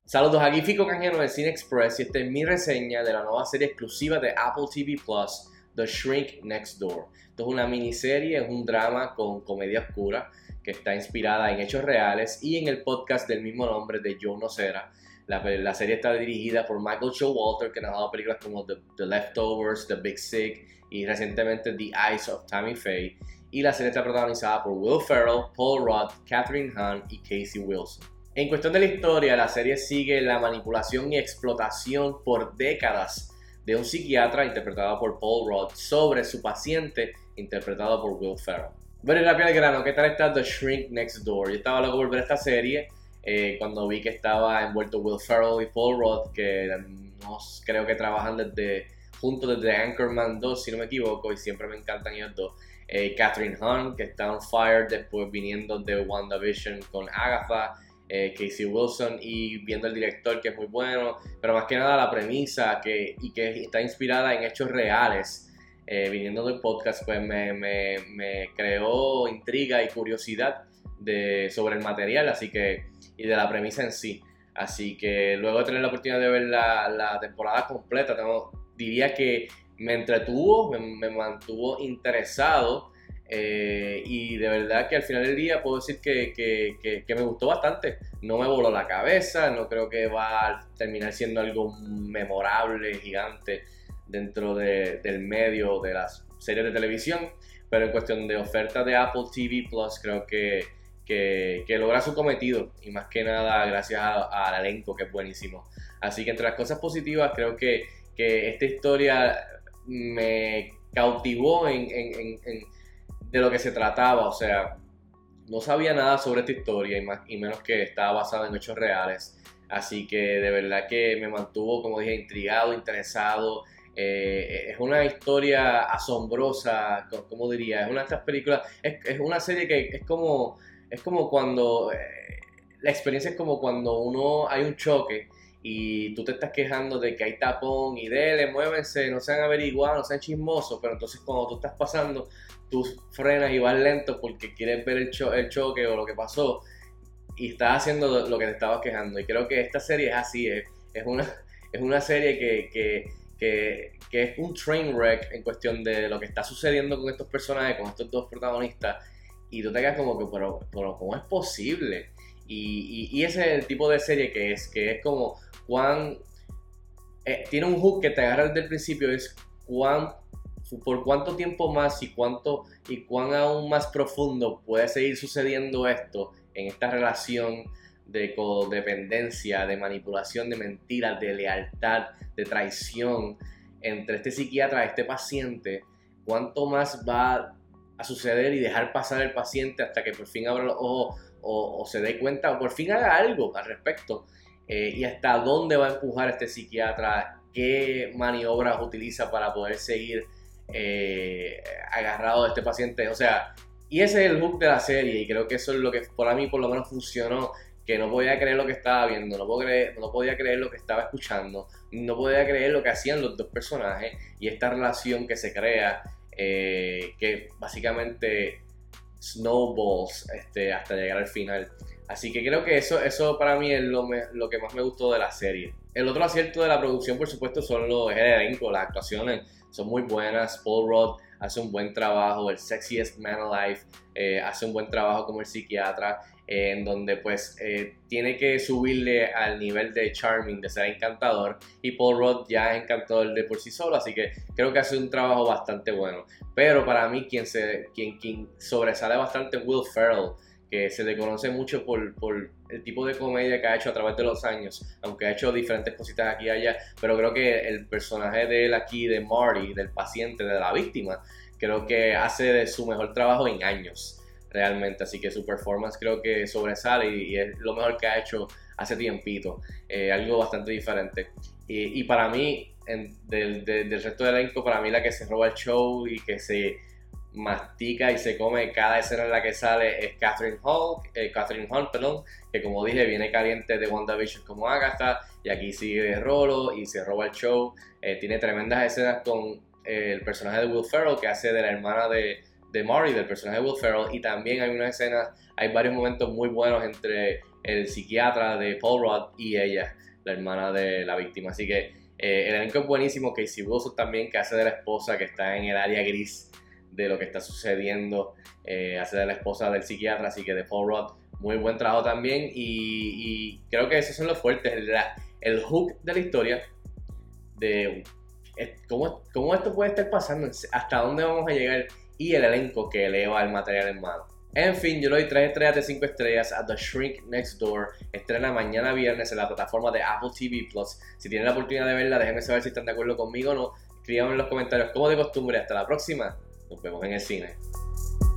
Saludos, aquí Fico Canjeno de Cine Express y esta es mi reseña de la nueva serie exclusiva de Apple TV Plus, The Shrink Next Door. Esto es una miniserie, es un drama con comedia oscura que está inspirada en hechos reales y en el podcast del mismo nombre de Joe Nocera. La serie está dirigida por Michael Showalter, que nos ha dado películas como The Leftovers, The Big Sick y recientemente The Eyes of Tammy Faye. Y la serie está protagonizada por Will Ferrell, Paul Rudd, Kathryn Hahn y Casey Wilson. En cuestión de la historia, la serie sigue la manipulación y explotación por décadas de un psiquiatra interpretado por Paul Rudd sobre su paciente interpretado por Will Ferrell. Bueno, y rápido al grano, ¿qué tal está The Shrink Next Door? Yo estaba loco por ver esta serie cuando vi que estaba envuelto Will Ferrell y Paul Rudd, que creo que trabajan juntos desde Anchorman 2, si no me equivoco, y siempre me encantan ellos dos. Kathryn Hahn, que está on fire después viniendo de WandaVision con Agatha. Casey Wilson y viendo el director, que es muy bueno, pero más que nada la premisa que está inspirada en hechos reales, viniendo del podcast, pues me creó intriga y curiosidad sobre el material y de la premisa en sí. Así que luego de tener la oportunidad de ver la temporada completa, diría que me entretuvo, me mantuvo interesado. Y de verdad que al final del día puedo decir que me gustó bastante. No me voló la cabeza, no creo que va a terminar siendo algo memorable, gigante dentro del medio de las series de televisión, pero en cuestión de oferta de Apple TV Plus creo que logra su cometido, y más que nada gracias al elenco, que es buenísimo. Así que entre las cosas positivas creo que esta historia me cautivó de lo que se trataba. O sea, no sabía nada sobre esta historia y menos que estaba basada en hechos reales. Así que de verdad que me mantuvo, como dije, intrigado, interesado. Es una historia asombrosa, como diría, es una de estas películas, es una serie que es como cuando, la experiencia es como cuando hay un choque y tú te estás quejando de que hay tapón y muévense, no sean averiguados, no sean chismosos, pero entonces cuando tú estás pasando, tú frenas y vas lento porque quieres ver el choque o lo que pasó y estás haciendo lo que te estabas quejando. Y creo que esta serie es así, es una serie que es un train wreck en cuestión de lo que está sucediendo con estos personajes, con estos dos protagonistas, y tú te quedas como que, pero ¿cómo es posible? Y ese es el tipo de serie que es como tiene un hook que te agarra desde el principio, es por cuánto tiempo más y cuán aún más profundo puede seguir sucediendo esto en esta relación de codependencia, de manipulación, de mentiras, de lealtad, de traición entre este psiquiatra y este paciente. Cuánto más va a suceder y dejar pasar el paciente hasta que por fin abra los ojos o se dé cuenta o por fin haga algo al respecto, y hasta dónde va a empujar este psiquiatra, qué maniobras utiliza para poder seguir agarrado de este paciente. O sea, y ese es el hook de la serie, y creo que eso es lo que para mí por lo menos funcionó, que no podía creer lo que estaba viendo, no podía creer lo que estaba escuchando, no podía creer lo que hacían los dos personajes y esta relación que se crea, que básicamente snowballs hasta llegar al final. Así que creo que eso para mí es lo que más me gustó de la serie. El otro acierto de la producción, por supuesto, es el elenco. Las actuaciones son muy buenas. Paul Rudd hace un buen trabajo, el sexiest man alive, hace un buen trabajo como el psiquiatra, en donde pues tiene que subirle al nivel de charming, de ser encantador, y Paul Rudd ya es encantador de por sí solo, así que creo que hace un trabajo bastante bueno. Pero para mí quien sobresale bastante es Will Ferrell, que se le conoce mucho por el tipo de comedia que ha hecho a través de los años, aunque ha hecho diferentes cositas aquí y allá, pero creo que el personaje de él aquí, de Marty, del paciente, de la víctima, creo que hace de su mejor trabajo en años, realmente. Así que su performance creo que sobresale y es lo mejor que ha hecho hace tiempito, algo bastante diferente. Y para mí, del resto del elenco, para mí la que se roba el show y que se mastica y se come cada escena en la que sale es Kathryn Hahn, que como dije viene caliente de WandaVision como Agatha, y aquí sigue de rolo y se roba el show. Tiene tremendas escenas con el personaje de Will Ferrell, que hace de la hermana de Marty, del personaje de Will Ferrell, y también hay varios momentos muy buenos entre el psiquiatra de Paul Rudd y ella, la hermana de la víctima. Así que el elenco es buenísimo. Casey Wilson también, que hace de la esposa, que está en el área gris de lo que está sucediendo, hace de la esposa del psiquiatra, así que de Paul Rudd, muy buen trabajo también. Y creo que esos son los fuertes, el hook de la historia, de cómo esto puede estar pasando, hasta dónde vamos a llegar, y el elenco que eleva el material en mano. En fin, yo le doy 3 estrellas de 5 estrellas a The Shrink Next Door. Estrena mañana viernes en la plataforma de Apple TV Plus. Si tienen la oportunidad de verla, déjenme saber si están de acuerdo conmigo o no. Escríbanme en los comentarios como de costumbre. Hasta la próxima. Nos vemos en el cine.